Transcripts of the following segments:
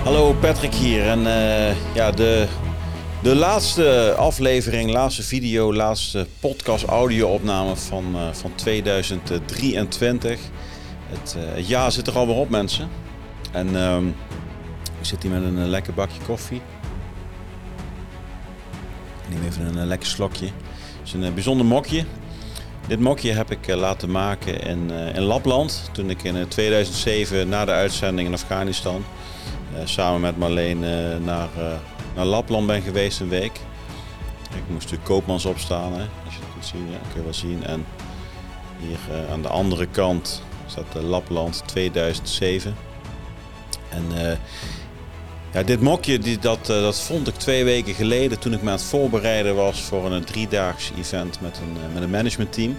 Hallo, Patrick hier. En de laatste aflevering, laatste video, laatste podcast audio-opname van 2023. Het jaar zit er alweer op, mensen. En ik zit hier met een lekker bakje koffie. Ik neem even een lekker slokje. Het is een bijzonder mokje. Dit mokje heb ik laten maken in Lapland. Toen ik in 2007 na de uitzending in Afghanistan samen met Marleen naar Lapland ben geweest een week. Ik moest natuurlijk Koopmans opstaan, hè, als je het kunt zien. Ja, kun je wel zien. En hier aan de andere kant staat Lapland 2007. En dit mokje dat vond ik 2 weken geleden toen ik me aan het voorbereiden was voor een 3-daags event met een managementteam.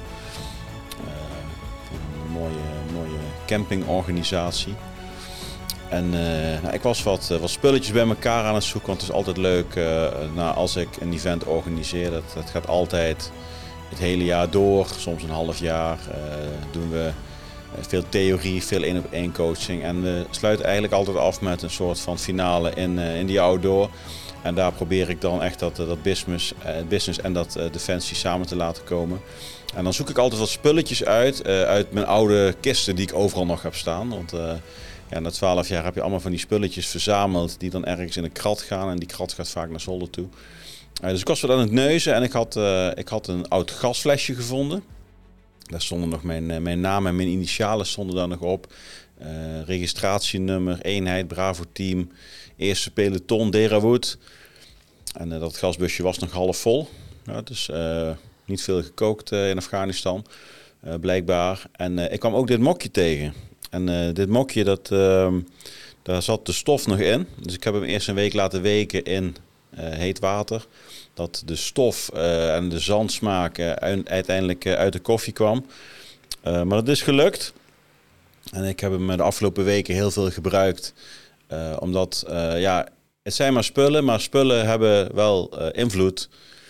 Een mooie campingorganisatie. En ik was wat spulletjes bij elkaar aan het zoeken, want het is altijd leuk als ik een event organiseer. Dat gaat altijd het hele jaar door, soms een half jaar. Doen we veel theorie, veel 1-op-1 coaching. En we sluiten eigenlijk altijd af met een soort van finale in die outdoor. En daar probeer ik dan echt dat business en dat defensie samen te laten komen. En dan zoek ik altijd wat spulletjes uit mijn oude kisten die ik overal nog heb staan. Want na 12 jaar heb je allemaal van die spulletjes verzameld die dan ergens in een krat gaan. En die krat gaat vaak naar zolder toe. Dus ik was wat aan het neuzen en ik had een oud gasflesje gevonden. Daar stonden nog mijn naam en mijn initialen stonden daar nog op. Registratienummer, eenheid, Bravo team, eerste peloton, Derawood. En dat gasbusje was nog half vol. Ja, dus niet veel gekookt in Afghanistan, blijkbaar. En ik kwam ook dit mokje tegen. En dit mokje, daar zat de stof nog in. Dus ik heb hem eerst een week laten weken in heet water. Dat de stof en de zandsmaak uiteindelijk uit de koffie kwam. Maar dat is gelukt. En ik heb hem de afgelopen weken heel veel gebruikt. Omdat, het zijn maar spullen hebben wel invloed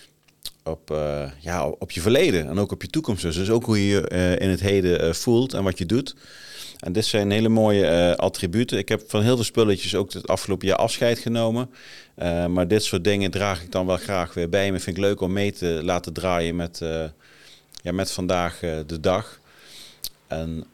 op je verleden en ook op je toekomst. Dus ook hoe je je in het heden voelt en wat je doet. En dit zijn hele mooie attributen. Ik heb van heel veel spulletjes ook het afgelopen jaar afscheid genomen. Maar dit soort dingen draag ik dan wel graag weer bij me. Vind ik leuk om mee te laten draaien met vandaag de dag. En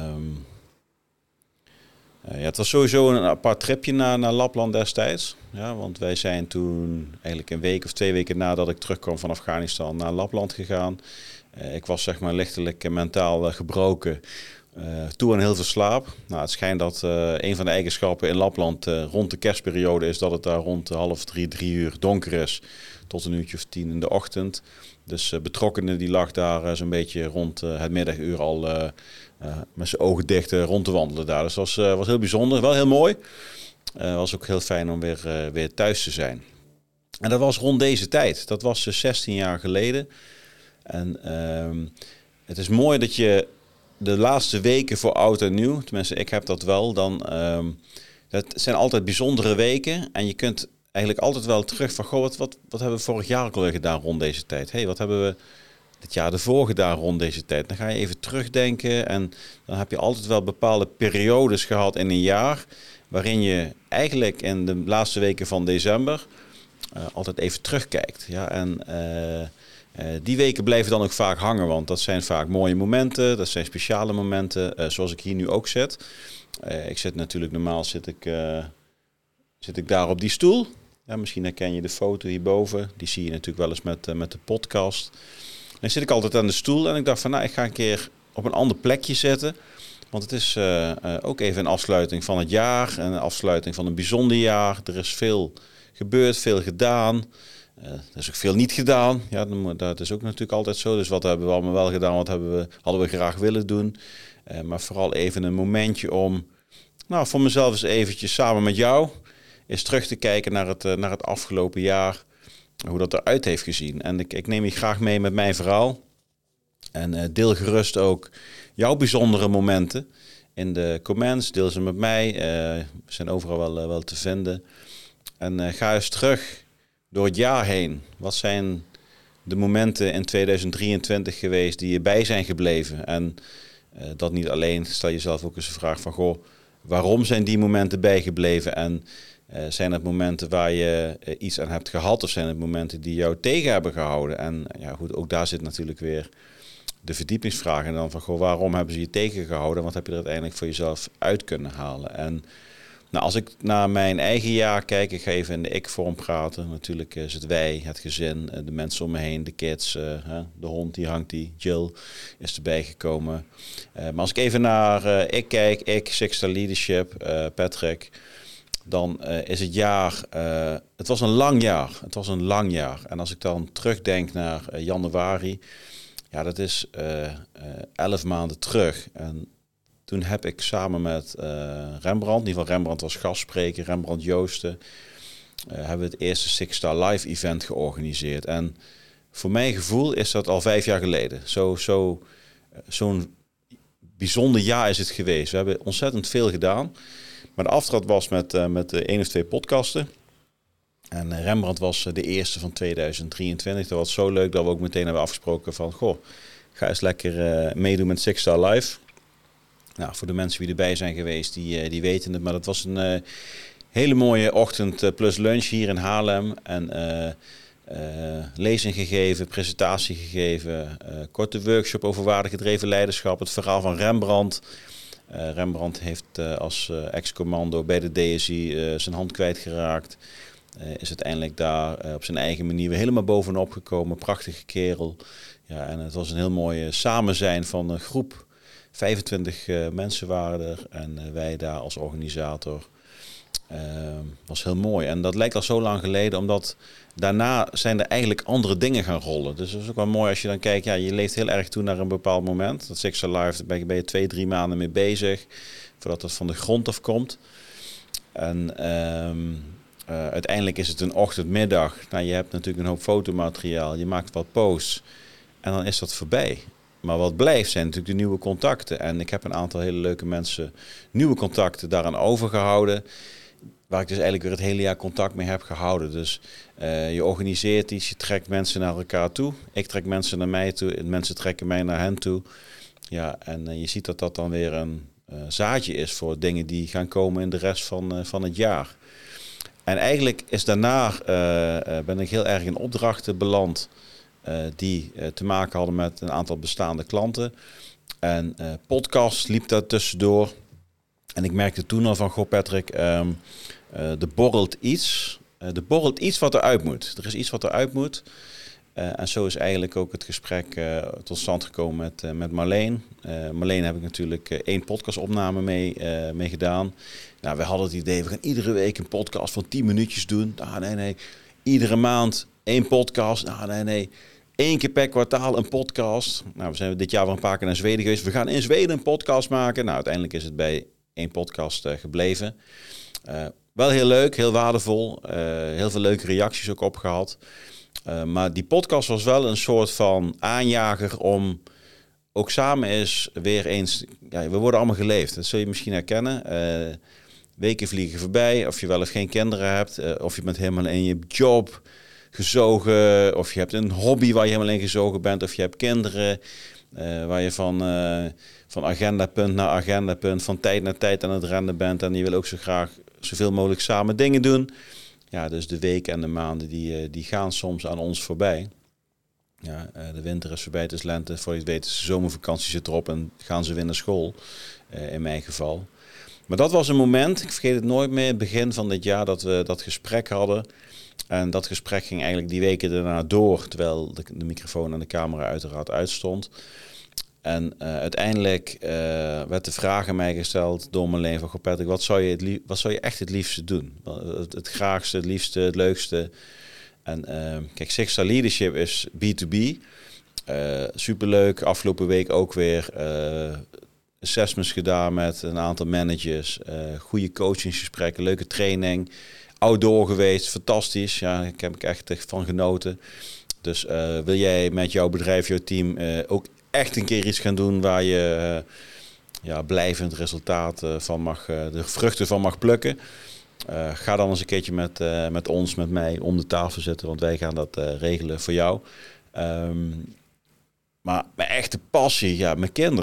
het was sowieso een apart tripje naar Lapland destijds. Ja, want wij zijn toen eigenlijk een week of 2 weken nadat ik terugkwam van Afghanistan naar Lapland gegaan. Ik was zeg maar lichtelijk mentaal gebroken. Toe aan heel veel slaap. Nou, het schijnt dat een van de eigenschappen in Lapland rond de kerstperiode is dat het daar rond 2:30, 3 uur donker is. Tot een uurtje of 10 in de ochtend. Dus betrokkenen die lag daar zo'n beetje rond het middaguur al met zijn ogen dicht rond te wandelen daar. Dus dat was heel bijzonder, wel heel mooi. Was ook heel fijn om weer thuis te zijn. En dat was rond deze tijd. Dat was 16 jaar geleden. En het is mooi dat je de laatste weken voor oud en nieuw, tenminste ik heb dat wel, dat zijn altijd bijzondere weken. En je kunt eigenlijk altijd wel terug van, wat hebben we vorig jaar ook alweer gedaan rond deze tijd? Hey, wat hebben we het jaar ervoor gedaan rond deze tijd? Dan ga je even terugdenken en dan heb je altijd wel bepaalde periodes gehad in een jaar, waarin je eigenlijk in de laatste weken van december altijd even terugkijkt. Ja, en die weken blijven dan ook vaak hangen, want dat zijn vaak mooie momenten, dat zijn speciale momenten, zoals ik hier nu ook zit. Ik zit natuurlijk, normaal zit ik daar op die stoel. Ja, misschien herken je de foto hierboven, die zie je natuurlijk wel eens met de podcast. Dan zit ik altijd aan de stoel en ik dacht van, ik ga een keer op een ander plekje zitten. Want het is ook even een afsluiting van het jaar, een afsluiting van een bijzonder jaar. Er is veel gebeurd, veel gedaan. Er is ook veel niet gedaan. Ja, dat is ook natuurlijk altijd zo. Dus wat hebben we allemaal wel gedaan, wat hadden we graag willen doen. Maar vooral even een momentje om, voor mezelf eens eventjes samen met jou eens terug te kijken naar het afgelopen jaar. Hoe dat eruit heeft gezien. En ik neem je graag mee met mijn verhaal. En deel gerust ook jouw bijzondere momenten in de comments. Deel ze met mij. We zijn overal wel te vinden. En ga eens terug door het jaar heen. Wat zijn de momenten in 2023 geweest die je bij zijn gebleven? En dat niet alleen. Stel jezelf ook eens de vraag van, waarom zijn die momenten bijgebleven en zijn het momenten waar je iets aan hebt gehad of zijn het momenten die jou tegen hebben gehouden? En ja, goed, ook daar zit natuurlijk weer de verdiepingsvraag en dan van, goh, waarom hebben ze je tegengehouden? Wat heb je er uiteindelijk voor jezelf uit kunnen halen? En nou, als ik naar mijn eigen jaar kijk, ik ga even in de ik-vorm praten. Natuurlijk is het wij, het gezin, de mensen om me heen, de kids, de hond, hier hangt die, Jill is erbij gekomen. Maar als ik even naar ik kijk, ik, Sixstar Leadership, Patrick, dan is het jaar, het was een lang jaar. Het was een lang jaar. En als ik dan terugdenk naar januari, ja, dat is 11 maanden terug. En toen heb ik samen met Rembrandt, in ieder geval Rembrandt was gastspreker, Rembrandt Joosten, hebben we het eerste Sixstar Live event georganiseerd. En voor mijn gevoel is dat al 5 jaar geleden. Zo'n bijzonder jaar is het geweest. We hebben ontzettend veel gedaan. Maar de aftrap was met 1 of 2 podcasten. En Rembrandt was de eerste van 2023. Dat was zo leuk dat we ook meteen hebben afgesproken van, goh, ga eens lekker meedoen met Sixstar Live. Nou, voor de mensen die erbij zijn geweest, die weten het. Maar dat was een hele mooie ochtend plus lunch hier in Haarlem. En lezing gegeven, presentatie gegeven. Korte workshop over waardegedreven leiderschap. Het verhaal van Rembrandt. Rembrandt heeft als ex-commando bij de DSI zijn hand kwijtgeraakt. Is uiteindelijk daar op zijn eigen manier weer helemaal bovenop gekomen. Prachtige kerel. Ja, en het was een heel mooi samen zijn van een groep. 25 mensen waren er en wij daar als organisator. Was heel mooi. En dat lijkt al zo lang geleden, omdat daarna zijn er eigenlijk andere dingen gaan rollen. Dus dat is ook wel mooi als je dan kijkt, ja, je leeft heel erg toe naar een bepaald moment. Dat Sixstar Live, daar ben je 2-3 maanden mee bezig, voordat het van de grond af komt. En uiteindelijk is het een ochtendmiddag. Nou, je hebt natuurlijk een hoop fotomateriaal, je maakt wat posts en dan is dat voorbij. Maar wat blijft zijn natuurlijk de nieuwe contacten. En ik heb een aantal hele leuke mensen, nieuwe contacten daaraan overgehouden. Waar ik dus eigenlijk weer het hele jaar contact mee heb gehouden. Dus je organiseert iets, je trekt mensen naar elkaar toe. Ik trek mensen naar mij toe en mensen trekken mij naar hen toe. Ja, en je ziet dat dat dan weer een zaadje is voor dingen die gaan komen in de rest van het jaar. En eigenlijk is daarna ben ik heel erg in opdrachten beland. Die te maken hadden met een aantal bestaande klanten. En podcast liep daar tussendoor. En ik merkte toen al van, goh Patrick, er borrelt iets. Er borrelt iets wat eruit moet. Er is iets wat eruit moet. En zo is eigenlijk ook het gesprek tot stand gekomen met Marleen. Marleen heb ik natuurlijk 1 podcastopname mee gedaan. Nou, we hadden het idee, we gaan iedere week een podcast van 10 minuutjes doen. Ah, nee. Iedere maand 1 podcast. Ah, nee. 1 keer per kwartaal een podcast. Nou, we zijn dit jaar wel een paar keer naar Zweden geweest. We gaan in Zweden een podcast maken. Nou, uiteindelijk is het bij 1 podcast gebleven. Wel heel leuk, heel waardevol. Heel veel leuke reacties ook opgehad. Maar die podcast was wel een soort van aanjager om ook samen eens weer eens... Ja, we worden allemaal geleefd, dat zul je misschien herkennen. Weken vliegen voorbij, of je wel of geen kinderen hebt. Of je bent helemaal in je job gezogen. Of je hebt een hobby waar je helemaal in gezogen bent. Of je hebt kinderen waar je van agendapunt naar agendapunt, van tijd naar tijd aan het rennen bent. En je wil ook zo graag zoveel mogelijk samen dingen doen. Ja, dus de weken en de maanden die gaan soms aan ons voorbij. Ja, de winter is voorbij, het is lente. Voor je het weet is de zomervakantie zit erop en gaan ze weer naar school. In mijn geval. Maar dat was een moment, ik vergeet het nooit meer, het begin van dit jaar dat we dat gesprek hadden. En dat gesprek ging eigenlijk die weken daarna door, terwijl de microfoon en de camera uiteraard uitstond. En uiteindelijk werd de vraag aan mij gesteld door Marleen van, goh Patrick, wat zou je echt het liefste doen? Het graagste, het liefste, het leukste. En kijk, Sixstar Leadership is B2B. Superleuk. Afgelopen week ook weer assessments gedaan met een aantal managers. Goede coachingsgesprekken, leuke training. Outdoor geweest, fantastisch. Ja, ik heb er echt van genoten. Dus wil jij met jouw bedrijf, jouw team ook echt een keer iets gaan doen waar je blijvend resultaat van de vruchten van mag plukken? Ga dan eens een keertje met mij om de tafel zitten, want wij gaan dat regelen voor jou. Maar mijn echte passie, ja, mijn kinderen.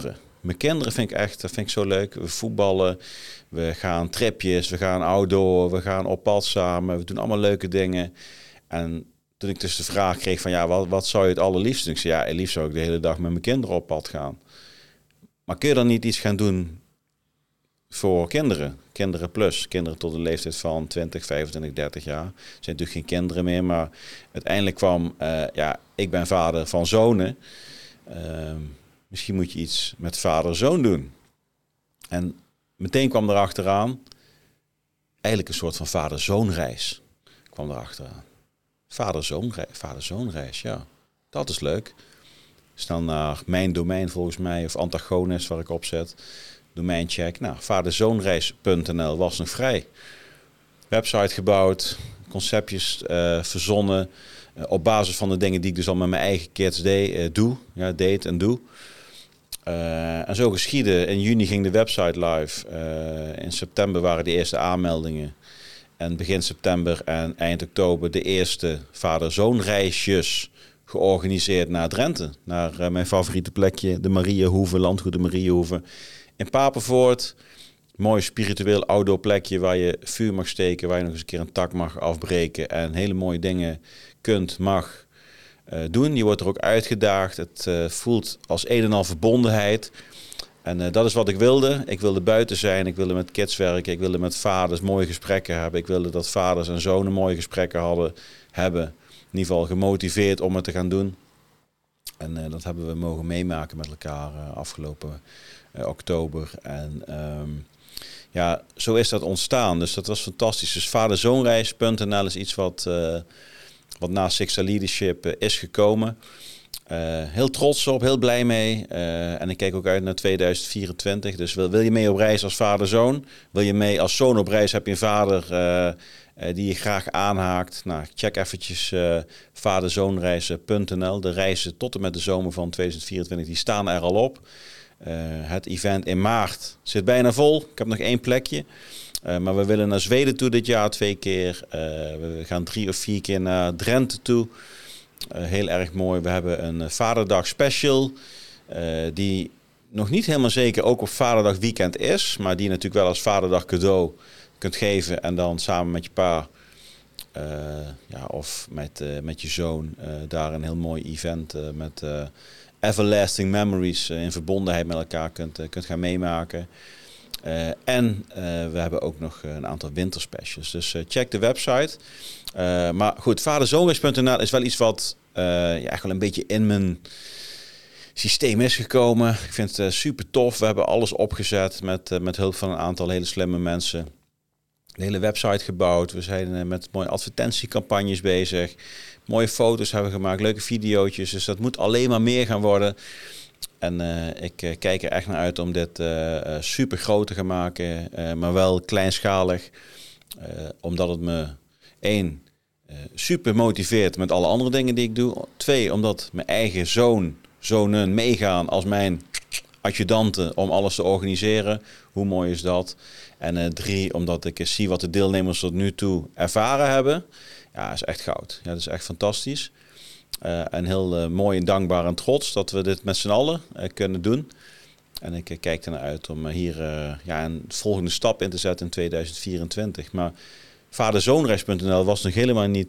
Mijn kinderen vind ik zo leuk. We voetballen, we gaan tripjes, we gaan outdoor, we gaan op pad samen. We doen allemaal leuke dingen. En toen ik dus de vraag kreeg van wat zou je het allerliefst doen? Ik zei het liefst zou ik de hele dag met mijn kinderen op pad gaan. Maar kun je dan niet iets gaan doen voor kinderen? Kinderen plus. Kinderen tot de leeftijd van 20, 25, 30 jaar. Er zijn natuurlijk geen kinderen meer. Maar uiteindelijk kwam, ik ben vader van zonen. Misschien moet je iets met vader-zoon doen. En meteen kwam erachteraan, eigenlijk een soort van vader-zoonreis kwam erachteraan. Vader-zoonreis, ja. Dat is leuk. Snel naar mijn domein volgens mij, of Antagones waar ik op zet. Domeincheck. Nou, vaderzoonreis.nl was nog vrij. Website gebouwd, conceptjes verzonnen. Op basis van de dingen die ik dus al met mijn eigen kids deed en doe. En zo geschiedde. In juni ging de website live. In september waren de eerste aanmeldingen. En begin september en eind oktober de eerste vader-zoonreisjes georganiseerd naar Drenthe. Naar mijn favoriete plekje, de Mariehoeve, landgoed de Mariehoeve. In Papenvoort. Mooi spiritueel outdoor plekje waar je vuur mag steken. Waar je nog eens een keer een tak mag afbreken. En hele mooie dingen mag doen. Je wordt er ook uitgedaagd. Het voelt als een en al verbondenheid. En dat is wat ik wilde. Ik wilde buiten zijn. Ik wilde met kids werken. Ik wilde met vaders mooie gesprekken hebben. Ik wilde dat vaders en zonen mooie gesprekken hebben. In ieder geval gemotiveerd om het te gaan doen. En dat hebben we mogen meemaken met elkaar afgelopen oktober. En zo is dat ontstaan. Dus dat was fantastisch. Dus vaderzoonreis.nl is iets wat na Sixta Leadership is gekomen. Heel trots op, heel blij mee. En ik kijk ook uit naar 2024. Dus wil je mee op reis als vader-zoon? Wil je mee als zoon op reis? Heb je een vader die je graag aanhaakt? Nou, check eventjes vaderzoonreizen.nl. De reizen tot en met de zomer van 2024 die staan er al op. Het event in maart zit bijna vol. Ik heb nog 1 plekje. Maar we willen naar Zweden toe dit jaar 2 keer. We gaan 3 of 4 keer naar Drenthe toe. Heel erg mooi. We hebben een Vaderdag special. Die nog niet helemaal zeker ook op Vaderdag weekend is. Maar die je natuurlijk wel als Vaderdag cadeau kunt geven. En dan samen met je pa of met je zoon daar een heel mooi event met everlasting memories in verbondenheid met elkaar kunt gaan meemaken. En we hebben ook nog een aantal winterspecials. Dus check de website. Maar goed, vaderzoonreis.nl is wel iets wat echt wel een beetje in mijn systeem is gekomen. Ik vind het super tof. We hebben alles opgezet met hulp van een aantal hele slimme mensen. De hele website gebouwd. We zijn met mooie advertentiecampagnes bezig. Mooie foto's hebben we gemaakt. Leuke videootjes. Dus dat moet alleen maar meer gaan worden. En ik kijk er echt naar uit om dit super groot te gaan maken. Maar wel kleinschalig. Omdat het me super motiveert met alle andere dingen die ik doe. 2, omdat mijn eigen zonen meegaan als mijn adjudanten om alles te organiseren. Hoe mooi is dat? En 3, omdat ik zie wat de deelnemers tot nu toe ervaren hebben. Ja, is echt goud. Ja, dat is echt fantastisch. En heel mooi en dankbaar en trots dat we dit met z'n allen kunnen doen. En ik kijk ernaar uit om hier een volgende stap in te zetten in 2024. Maar vaderzoonreis.nl was nog helemaal niet,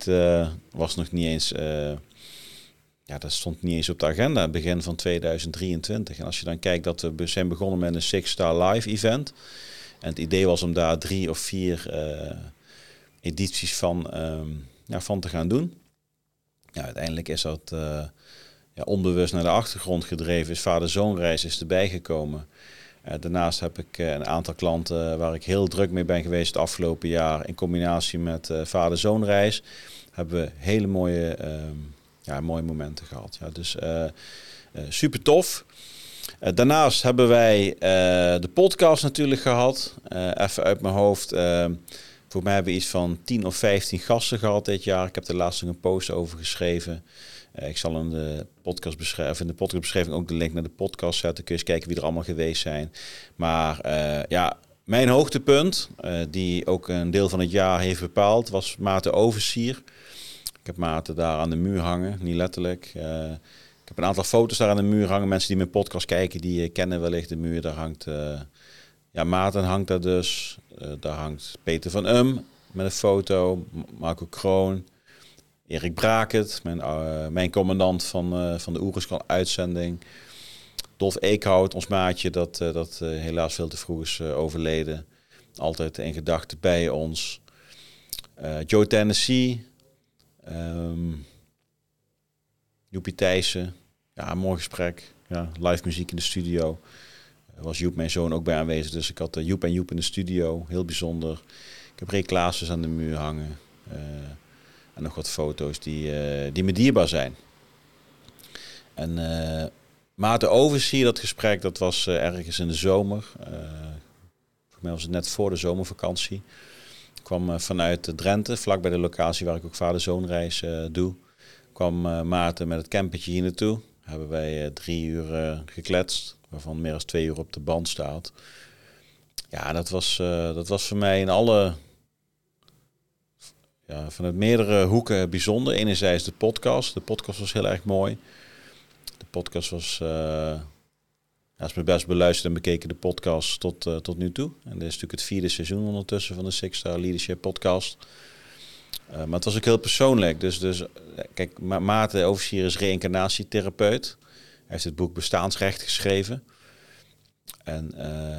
dat stond niet eens op de agenda begin van 2023. En als je dan kijkt dat we zijn begonnen met een Sixta Live event. En het idee was om daar 3 of 4 edities van te gaan doen. Ja, uiteindelijk is dat onbewust naar de achtergrond gedreven. Is vader-zoonreis is erbij gekomen. Daarnaast heb ik een aantal klanten waar ik heel druk mee ben geweest het afgelopen jaar. In combinatie met vader-zoonreis hebben we hele mooie momenten gehad. Ja, dus super tof. Daarnaast hebben wij de podcast natuurlijk gehad. Even uit mijn hoofd. Voor mij hebben we iets van 10 of 15 gasten gehad dit jaar. Ik heb er laatst nog een post over geschreven. Ik zal in de podcastbeschrijving ook de link naar de podcast zetten. Kun je eens kijken wie er allemaal geweest zijn. Maar mijn hoogtepunt, die ook een deel van het jaar heeft bepaald, was Maarten Oversier. Ik heb Maarten daar aan de muur hangen, niet letterlijk. Ik heb een aantal foto's daar aan de muur hangen. Mensen die mijn podcast kijken, die kennen wellicht de muur. Daar hangt Maarten hangt daar dus. Daar hangt Peter van met een foto. Marco Kroon. Erik Braket, mijn commandant van de Oeruzkan-uitzending. Dolf Eekhout, ons maatje, dat helaas veel te vroeg is overleden. Altijd in gedachten bij ons. Joe Tennessee. Joepie Thijssen. Ja, een mooi gesprek. Ja, live muziek in de studio. Was Joep, mijn zoon, ook bij aanwezig. Dus ik had Joep in de studio. Heel bijzonder. Ik heb Ray Klaassen aan de muur hangen. En nog wat foto's die me dierbaar zijn. En Maarten Overzien, dat gesprek, dat was ergens in de zomer. Voor mij was het net voor de zomervakantie. Ik kwam vanuit Drenthe, vlak bij de locatie waar ik ook vader-zoonreis doe. Kwam Maarten met het campertje hier naartoe. Hebben wij 3 uur gekletst, waarvan meer dan 2 uur op de band staat. Ja, dat was voor mij in alle... Ja, vanuit meerdere hoeken bijzonder. Enerzijds de podcast. De podcast was heel erg mooi. De podcast was... is mijn best beluisterd en bekeken de podcast tot nu toe. En dit is natuurlijk het 4e seizoen ondertussen van de Six Star Leadership podcast. Maar het was ook heel persoonlijk. Dus kijk, Maarten Overzier is reïncarnatietherapeut. Hij heeft het boek Bestaansrecht geschreven. En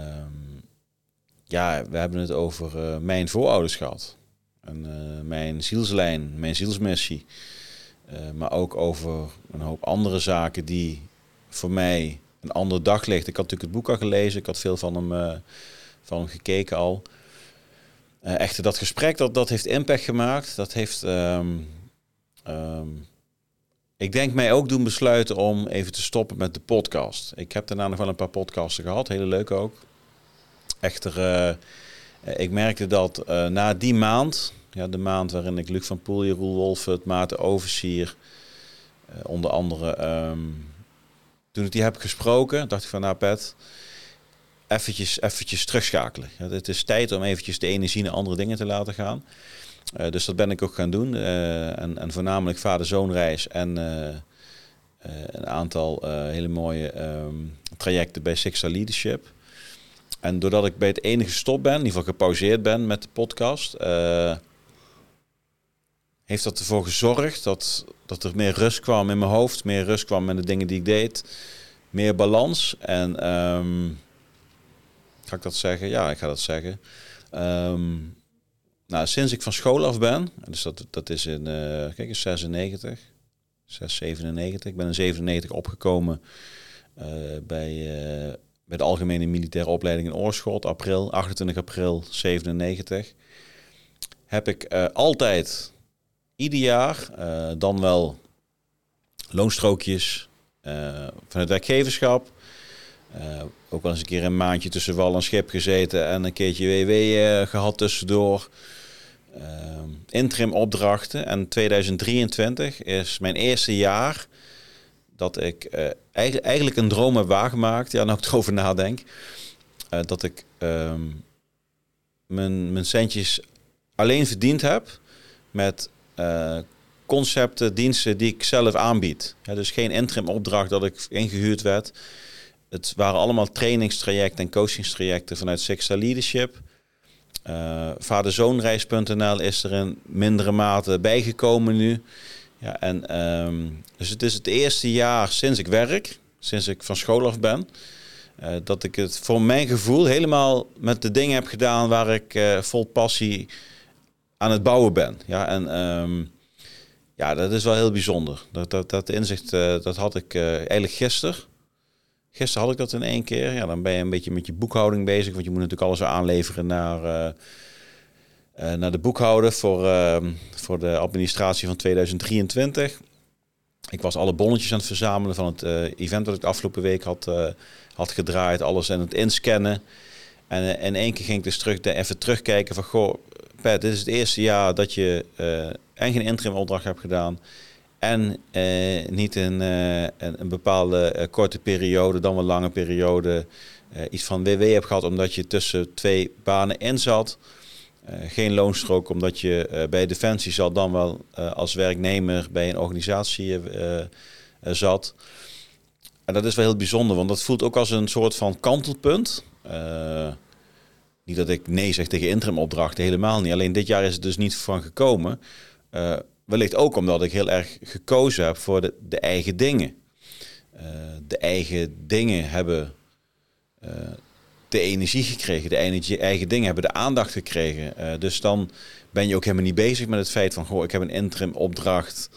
we hebben het over mijn voorouders gehad. En mijn zielslijn, mijn zielsmissie. Maar ook over een hoop andere zaken die voor mij een ander daglicht. Ik had natuurlijk het boek al gelezen. Ik had veel van hem gekeken al. Echter, dat gesprek, dat heeft impact gemaakt. Dat heeft, ik denk, mij ook doen besluiten om even te stoppen met de podcast. Ik heb daarna nog wel een paar podcasten gehad. Hele leuk ook. Echter, ik merkte dat na die maand... Ja, de maand waarin ik Luc van Poelje, Roel Wolfert, Maarten Overzier, onder andere... toen ik die heb gesproken, dacht ik van, nou Pet, eventjes terugschakelen. Ja, het is tijd om eventjes de energie naar andere dingen te laten gaan. Dus dat ben ik ook gaan doen. En voornamelijk vader-zoonreis en een aantal hele mooie trajecten bij Six Star Leadership. En doordat ik bij het ene gestopt ben, in ieder geval gepauzeerd ben met de podcast... heeft dat ervoor gezorgd dat er meer rust kwam in mijn hoofd. Meer rust kwam in de dingen die ik deed. Meer balans. En ga ik dat zeggen? Ja, ik ga dat zeggen. Sinds ik van school af ben... Dus dat is in 96. 97. Ik ben in 97 opgekomen bij de Algemene Militaire Opleiding in Oorschot. 28 april 97. Heb ik altijd... Ieder jaar dan wel loonstrookjes van het werkgeverschap. Ook wel eens een keer een maandje tussen wal en schip gezeten en een keertje WW gehad tussendoor. Interim opdrachten. En 2023 is mijn eerste jaar dat ik eigenlijk een droom heb waargemaakt. Ja, nou ik erover nadenk. Dat ik mijn centjes alleen verdiend heb met... concepten, diensten die ik zelf aanbied. Ja, dus geen interim opdracht dat ik ingehuurd werd. Het waren allemaal trainingstrajecten en coachingstrajecten vanuit Six Star Leadership. Vaderzoonreis.nl is er in mindere mate bijgekomen nu. Ja, en dus het is het eerste jaar sinds ik werk, sinds ik van school af ben, dat ik het voor mijn gevoel helemaal met de dingen heb gedaan waar ik vol passie aan het bouwen ben. Ja, en dat is wel heel bijzonder. Dat inzicht, dat had ik eigenlijk gisteren. Gisteren had ik dat in 1 keer. Ja, dan ben je een beetje met je boekhouding bezig, want je moet natuurlijk alles aanleveren naar de boekhouder voor de administratie van 2023. Ik was alle bonnetjes aan het verzamelen van het event dat ik de afgelopen week had gedraaid, alles aan het inscannen. En in 1 keer ging ik dus even terugkijken van, goh, Pat, dit is het eerste jaar dat je en geen interim opdracht hebt gedaan en niet een bepaalde korte periode, dan wel lange periode, iets van WW hebt gehad omdat je tussen 2 banen in zat. Geen loonstrook omdat je bij Defensie zat, dan wel als werknemer bij een organisatie zat. En dat is wel heel bijzonder, want dat voelt ook als een soort van kantelpunt. Niet dat ik nee zeg tegen interimopdrachten, helemaal niet. Alleen dit jaar is het dus niet van gekomen. Wellicht ook omdat ik heel erg gekozen heb voor de eigen dingen. De eigen dingen hebben de energie gekregen. De eigen dingen hebben de aandacht gekregen. Dus dan ben je ook helemaal niet bezig met het feit van... Goh, ik heb een interim opdracht.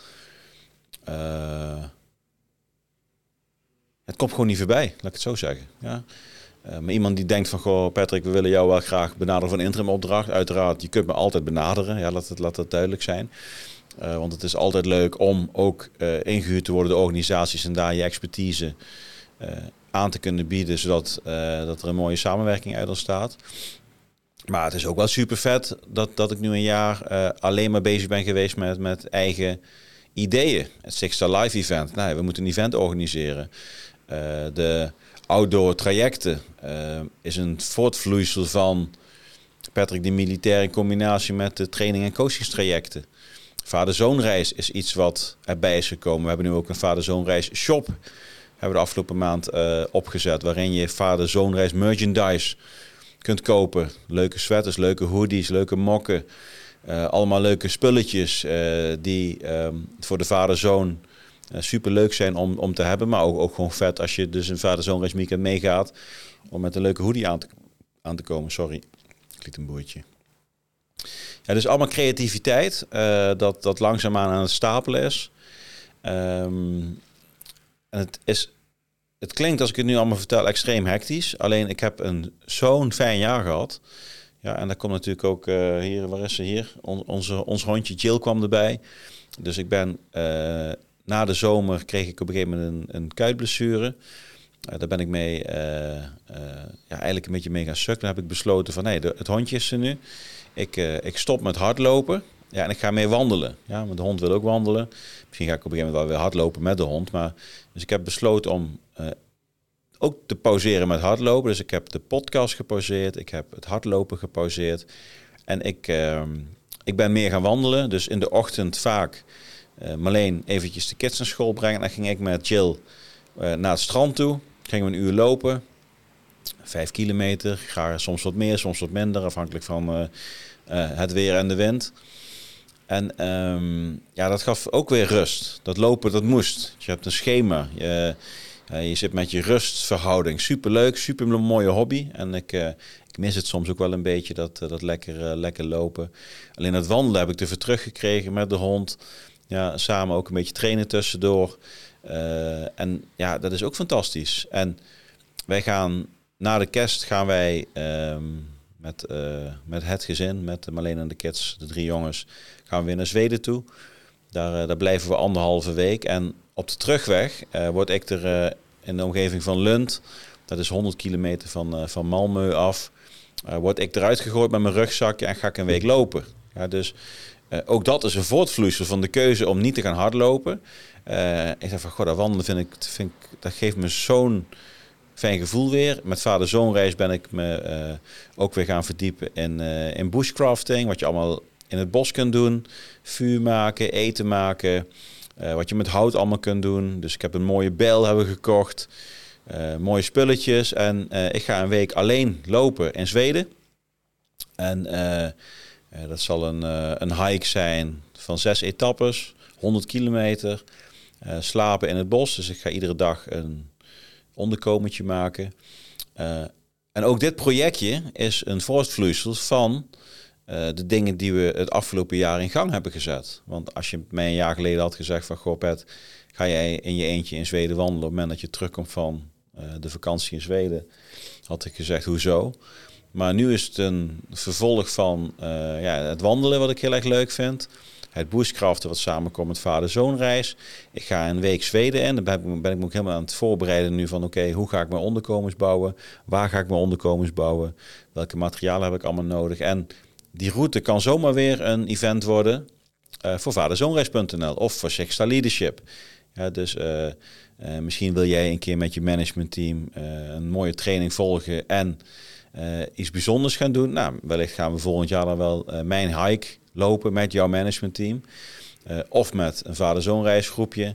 Het komt gewoon niet voorbij, laat ik het zo zeggen. Ja. Maar iemand die denkt van... Goh, Patrick, we willen jou wel graag benaderen voor een interim opdracht. Uiteraard, je kunt me altijd benaderen. Ja, laat het duidelijk zijn. Want het is altijd leuk om ook ingehuurd te worden door organisaties... en daar je expertise aan te kunnen bieden... zodat dat er een mooie samenwerking uit ontstaat. Maar het is ook wel super vet dat ik nu een jaar alleen maar bezig ben geweest met eigen ideeën. Het Six Star Live Event. Nou, we moeten een event organiseren. De outdoor trajecten is een voortvloeisel van Patrick de Militair in combinatie met de training- en coachingstrajecten. Vader-zoonreis is iets wat erbij is gekomen. We hebben nu ook een vader-zoonreis shop. Hebben we de afgelopen maand opgezet. Waarin je vader-zoonreis merchandise kunt kopen. Leuke sweaters, leuke hoodies, leuke mokken. Allemaal leuke spulletjes die voor de vader-zoon super leuk zijn om te hebben. Maar ook gewoon vet als je dus een vader-zoonreis weekend meegaat. Om met een leuke hoodie aan te komen. Sorry, klinkt een boertje. Ja, dus allemaal creativiteit dat langzaamaan aan het stapelen is. En het klinkt, als ik het nu allemaal vertel, extreem hectisch. Alleen ik heb zo'n fijn jaar gehad. Ja, en daar komt natuurlijk ook hier, waar is ze hier? Ons hondje Jill kwam erbij. Dus ik ben na de zomer kreeg ik op een gegeven moment een kuitblessure. Daar ben ik mee eigenlijk een beetje mee gaan sukken. Dan heb ik besloten van het hondje is er nu. Ik stop met hardlopen. Ja, en ik ga mee wandelen. Ja, want de hond wil ook wandelen. Misschien ga ik op een gegeven moment wel weer hardlopen met de hond. Dus ik heb besloten om ook te pauzeren met hardlopen. Dus ik heb de podcast gepauzeerd. Ik heb het hardlopen gepauzeerd. En ik ben meer gaan wandelen. Dus in de ochtend vaak Marleen eventjes de kids naar school brengen. En dan ging ik met Jill naar het strand toe. Gingen we een uur lopen. 5 kilometer. Ik ga soms wat meer, soms wat minder. Afhankelijk van het weer en de wind. En dat gaf ook weer rust. Dat lopen, dat moest. Je hebt een schema. Je zit met je rustverhouding. Superleuk, super mooie hobby. En ik mis het soms ook wel een beetje, dat lekker lopen. Alleen het wandelen heb ik er weer teruggekregen met de hond. Ja, samen ook een beetje trainen tussendoor. En ja, dat is ook fantastisch. En wij gaan na de kerst met het gezin, met Marleen en de kids, de 3 jongens, gaan we weer naar Zweden toe. Daar blijven we 1,5 week. En op de terugweg word ik er in de omgeving van Lund, dat is 100 kilometer van Malmö af, word ik eruit gegooid met mijn rugzakje en ga ik een week lopen. Ja, dus ook dat is een voortvloeisel van de keuze om niet te gaan hardlopen. Ik dacht van, goh, dat wandelen vind ik, dat geeft me zo'n fijn gevoel weer. Met vader-zoonreis ben ik me ook weer gaan verdiepen in bushcrafting. Wat je allemaal in het bos kunt doen. Vuur maken, eten maken. Wat je met hout allemaal kunt doen. Dus ik heb een mooie bijl hebben gekocht. Mooie spulletjes. En ik ga een week alleen lopen in Zweden. En dat zal een hike zijn van 6 etappes. 100 kilometer. Slapen in het bos. Dus ik ga iedere dag een onderkomentje maken. En ook dit projectje is een voortvloeisel van de dingen die we het afgelopen jaar in gang hebben gezet. Want als je mij een jaar geleden had gezegd van, goh Pet, ga jij in je eentje in Zweden wandelen op het moment dat je terugkomt van de vakantie in Zweden, had ik gezegd, hoezo? Maar nu is het een vervolg van het wandelen wat ik heel erg leuk vind. Het bushcraften wat samenkomt met vader-zoonreis. Ik ga een week Zweden in. Dan ben ik me ook helemaal aan het voorbereiden nu van oké, hoe ga ik mijn onderkomens bouwen? Waar ga ik mijn onderkomens bouwen? Welke materialen heb ik allemaal nodig? En die route kan zomaar weer een event worden voor vaderzoonreis.nl of voor Six Star Leadership. Ja, dus misschien wil jij een keer met je managementteam een mooie training volgen en iets bijzonders gaan doen. Nou, wellicht gaan we volgend jaar dan wel mijn hike lopen met jouw managementteam. Of met een vader-zoonreisgroepje.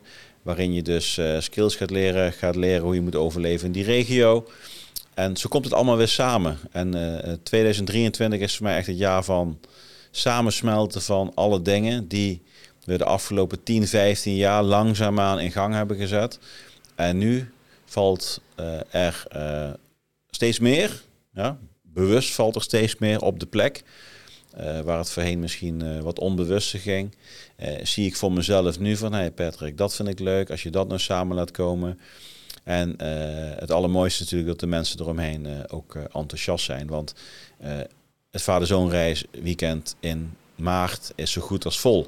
waarin je dus skills gaat leren hoe je moet overleven in die regio. En zo komt het allemaal weer samen. En 2023 is voor mij echt het jaar van samensmelten van alle dingen die we de afgelopen 10, 15 jaar langzaamaan in gang hebben gezet. En nu valt er steeds meer, ja, bewust valt er steeds meer op de plek. Waar het voorheen misschien wat onbewuster ging. Zie ik voor mezelf nu van, hey Patrick, dat vind ik leuk als je dat nou samen laat komen. En het allermooiste natuurlijk dat de mensen eromheen ook enthousiast zijn. Want het vader-zoon-reis weekend in maart is zo goed als vol.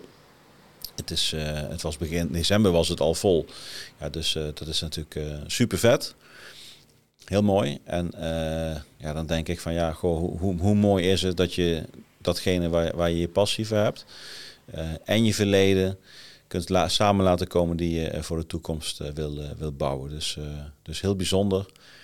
Het was begin december was het al vol. Ja, dus dat is natuurlijk super vet. Heel mooi. En dan denk ik van ja, goh, hoe mooi is het dat je datgene waar je passie voor hebt en je verleden kunt samen laten komen die je voor de toekomst wil bouwen. Dus heel bijzonder.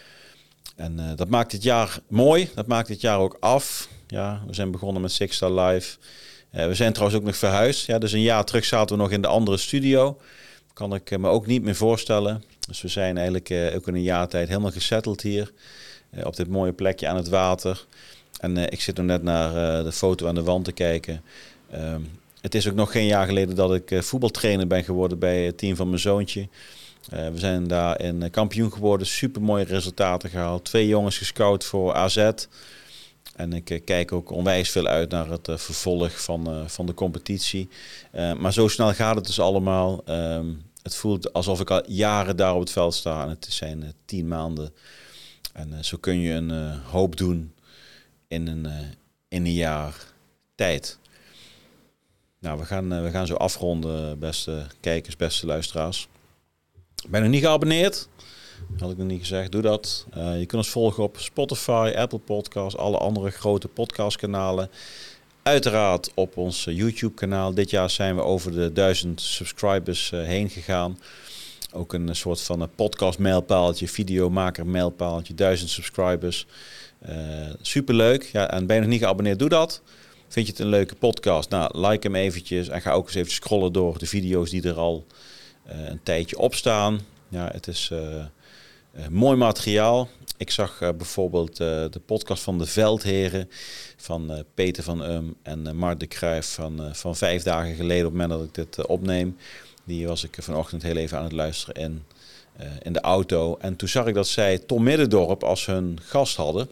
En dat maakt dit jaar mooi. Dat maakt dit jaar ook af. Ja, we zijn begonnen met Six Star Live. We zijn trouwens ook nog verhuisd. Ja, dus een jaar terug zaten we nog in de andere studio. Kan ik me ook niet meer voorstellen. Dus we zijn eigenlijk ook in een jaar tijd helemaal gesetteld hier. Op dit mooie plekje aan het water. En ik zit nog net naar de foto aan de wand te kijken. Het is ook nog geen jaar geleden dat ik voetbaltrainer ben geworden bij het team van mijn zoontje. We zijn daarin kampioen geworden. Super mooie resultaten gehaald. 2 jongens gescout voor AZ. En ik kijk ook onwijs veel uit naar het vervolg van de competitie. Maar zo snel gaat het dus allemaal. Het voelt alsof ik al jaren daar op het veld sta. En het zijn 10 maanden. En zo kun je een hoop doen in een jaar tijd. Nou, we gaan zo afronden, beste kijkers, beste luisteraars. Ben je nog niet geabonneerd? Had ik nog niet gezegd, doe dat. Je kunt ons volgen op Spotify, Apple Podcasts, alle andere grote podcastkanalen. Uiteraard op ons YouTube-kanaal. Dit jaar zijn we over de 1000 subscribers heen gegaan. Ook een soort van podcast-mijlpaaltje, videomaker-mijlpaaltje, 1000 subscribers. Superleuk. Ja, en ben je nog niet geabonneerd, doe dat. Vind je het een leuke podcast? Nou, like hem eventjes en ga ook eens even scrollen door de video's die er al een tijdje op staan. Ja, het is mooi materiaal. Ik zag bijvoorbeeld de podcast van de Veldheren van Peter van en Mart de Cruijff van 5 dagen geleden op het moment dat ik dit opneem. Die was ik vanochtend heel even aan het luisteren in de auto. En toen zag ik dat zij Tom Middendorp als hun gast hadden.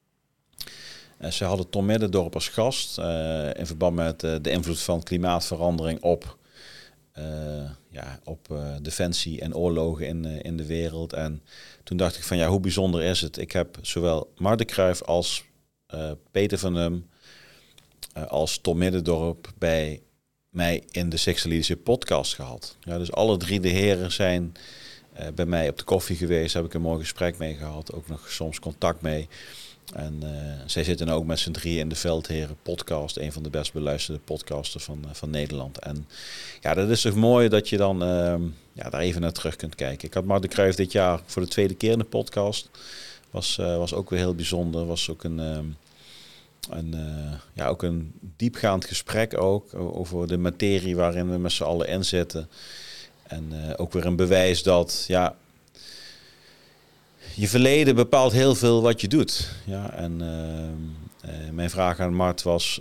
Ze hadden Tom Middendorp als gast in verband met de invloed van klimaatverandering op defensie en oorlogen in de wereld. En toen dacht ik van ja, hoe bijzonder is het? Ik heb zowel Mart de Cruijff als Peter van Hum als Tom Middendorp bij mij in de Six Star Leadership podcast gehad. Ja, dus alle 3 de heren zijn bij mij op de koffie geweest. Heb ik een mooi gesprek mee gehad. Ook nog soms contact mee. En zij zitten ook met z'n 3 in de Veldheren podcast. Een van de best beluisterde podcasten van Nederland. En ja, dat is toch mooi dat je dan daar even naar terug kunt kijken. Ik had Mart de Cruijff dit jaar voor de 2e keer in de podcast. Was ook weer heel bijzonder. Was ook ook een diepgaand gesprek ook over de materie waarin we met z'n allen in zitten. En ook weer een bewijs dat je verleden bepaalt heel veel wat je doet. Ja, en mijn vraag aan Mart was,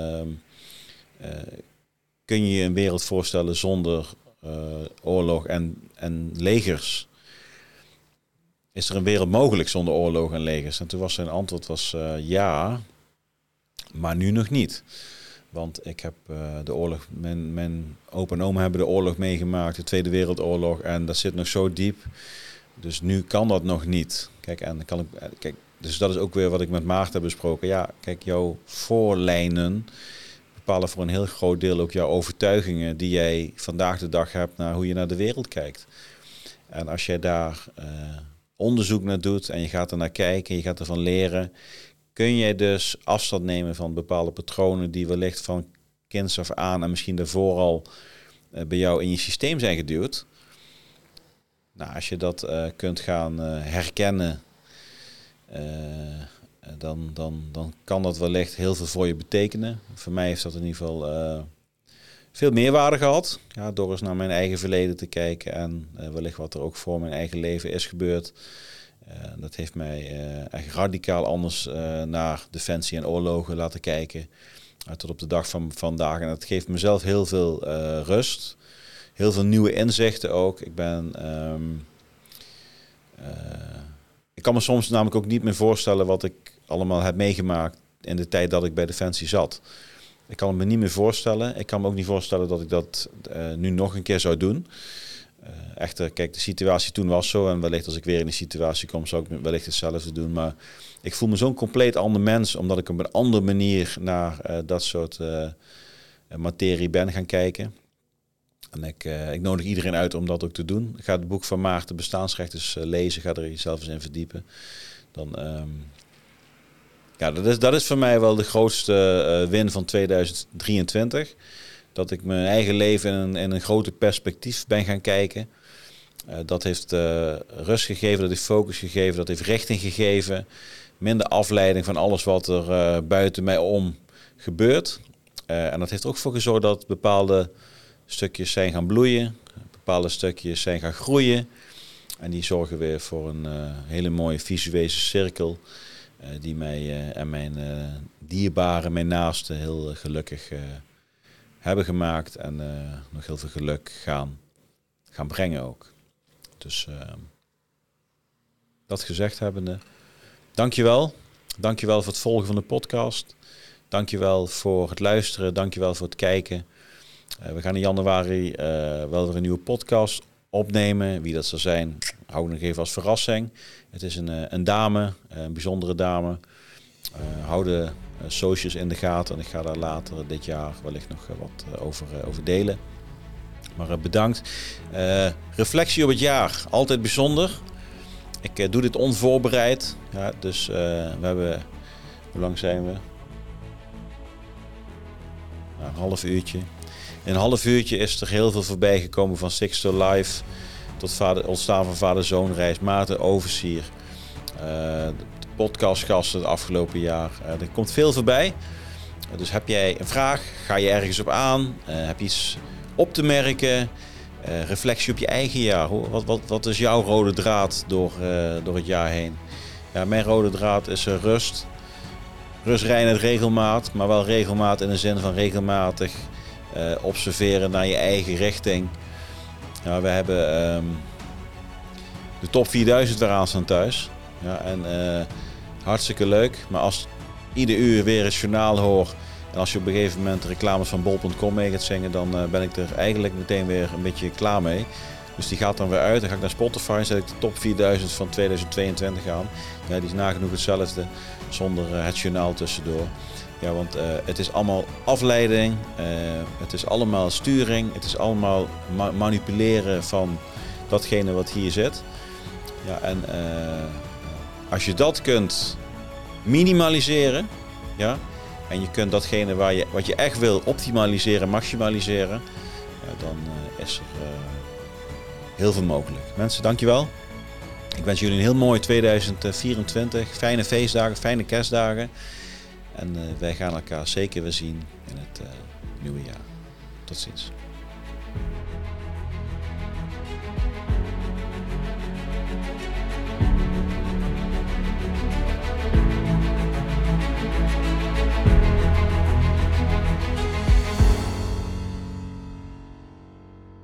kun je je een wereld voorstellen zonder oorlog en legers? Is er een wereld mogelijk zonder oorlog en legers? En toen was zijn antwoord ja, maar nu nog niet. Want ik heb de oorlog, mijn opa en oma hebben de oorlog meegemaakt, de Tweede Wereldoorlog. En dat zit nog zo diep. Dus nu kan dat nog niet. Dus dat is ook weer wat ik met Maarten heb besproken. Ja, kijk, jouw voorlijnen bepalen voor een heel groot deel ook jouw overtuigingen die jij vandaag de dag hebt naar hoe je naar de wereld kijkt. En als jij daar onderzoek naar doet en je gaat er naar kijken, je gaat ervan leren, kun jij dus afstand nemen van bepaalde patronen die wellicht van kinds af aan en misschien daarvoor al bij jou in je systeem zijn geduwd. Nou, als je dat kunt gaan herkennen, dan kan dat wellicht heel veel voor je betekenen. Voor mij heeft dat in ieder geval veel meerwaarde gehad. Ja, door eens naar mijn eigen verleden te kijken en wellicht wat er ook voor mijn eigen leven is gebeurd. Dat heeft mij echt radicaal anders naar defensie en oorlogen laten kijken. Tot op de dag van vandaag. En dat geeft mezelf heel veel rust. Heel veel nieuwe inzichten ook. Ik kan me soms namelijk ook niet meer voorstellen wat ik allemaal heb meegemaakt in de tijd dat ik bij Defensie zat. Ik kan het me niet meer voorstellen. Ik kan me ook niet voorstellen dat ik dat nu nog een keer zou doen. Echter, kijk, de situatie toen was zo. En wellicht als ik weer in die situatie kom, zou ik wellicht hetzelfde doen. Maar ik voel me zo'n compleet ander mens, omdat ik op een andere manier naar dat soort materie ben gaan kijken. En ik nodig iedereen uit om dat ook te doen. Ga het boek van Maarten Bestaansrecht eens lezen. Ga er jezelf eens in verdiepen. Dan, dat is voor mij wel de grootste win van 2023. Dat ik mijn eigen leven in een groter perspectief ben gaan kijken. Dat heeft rust gegeven, dat heeft focus gegeven, dat heeft richting gegeven. Minder afleiding van alles wat er buiten mij om gebeurt. En dat heeft er ook voor gezorgd dat bepaalde stukjes zijn gaan bloeien. Bepaalde stukjes zijn gaan groeien. En die zorgen weer voor een hele mooie visuele cirkel. Die mij en mijn dierbaren, mijn naasten heel gelukkig hebben gemaakt. En nog heel veel geluk gaan brengen ook. Dus dat gezegd hebbende, dankjewel. Dankjewel voor het volgen van de podcast. Dankjewel voor het luisteren. Dankjewel voor het kijken. We gaan in januari wel weer een nieuwe podcast opnemen. Wie dat zal zijn, hou ik nog even als verrassing. Het is een dame, een bijzondere dame. Hou de socials in de gaten. En ik ga daar later dit jaar wellicht nog wat over delen. Maar bedankt. Reflectie op het jaar. Altijd bijzonder. Ik doe dit onvoorbereid. Ja, dus we hebben... Hoe lang zijn we? Een half uurtje. In een half uurtje is er heel veel voorbij gekomen van Sixto Live tot ontstaan van vader-zoonreis, Maarten Oversier, de podcastgasten het afgelopen jaar. Er komt veel voorbij. Dus heb jij een vraag, ga je ergens op aan, heb je iets op te merken, reflectie op je eigen jaar. Wat is jouw rode draad door het jaar heen? Ja, mijn rode draad is rust. Rust, reinheid, regelmaat, maar wel regelmaat in de zin van regelmatig observeren naar je eigen richting. Ja, we hebben de top 4000 weer aanstaan thuis. Ja, en hartstikke leuk. Maar als ieder uur weer het journaal hoor en als je op een gegeven moment reclames van bol.com mee gaat zingen, dan ben ik er eigenlijk meteen weer een beetje klaar mee. Dus die gaat dan weer uit. Dan ga ik naar Spotify en zet ik de top 4000 van 2022 aan. Ja, die is nagenoeg hetzelfde zonder het journaal tussendoor. Ja, want het is allemaal afleiding, het is allemaal sturing, het is allemaal manipuleren van datgene wat hier zit. Ja, en als je dat kunt minimaliseren, ja, en je kunt datgene wat je echt wil optimaliseren, maximaliseren, ja, dan is er heel veel mogelijk. Mensen, dankjewel. Ik wens jullie een heel mooi 2024, fijne feestdagen, fijne kerstdagen. En wij gaan elkaar zeker weer zien in het nieuwe jaar. Tot ziens.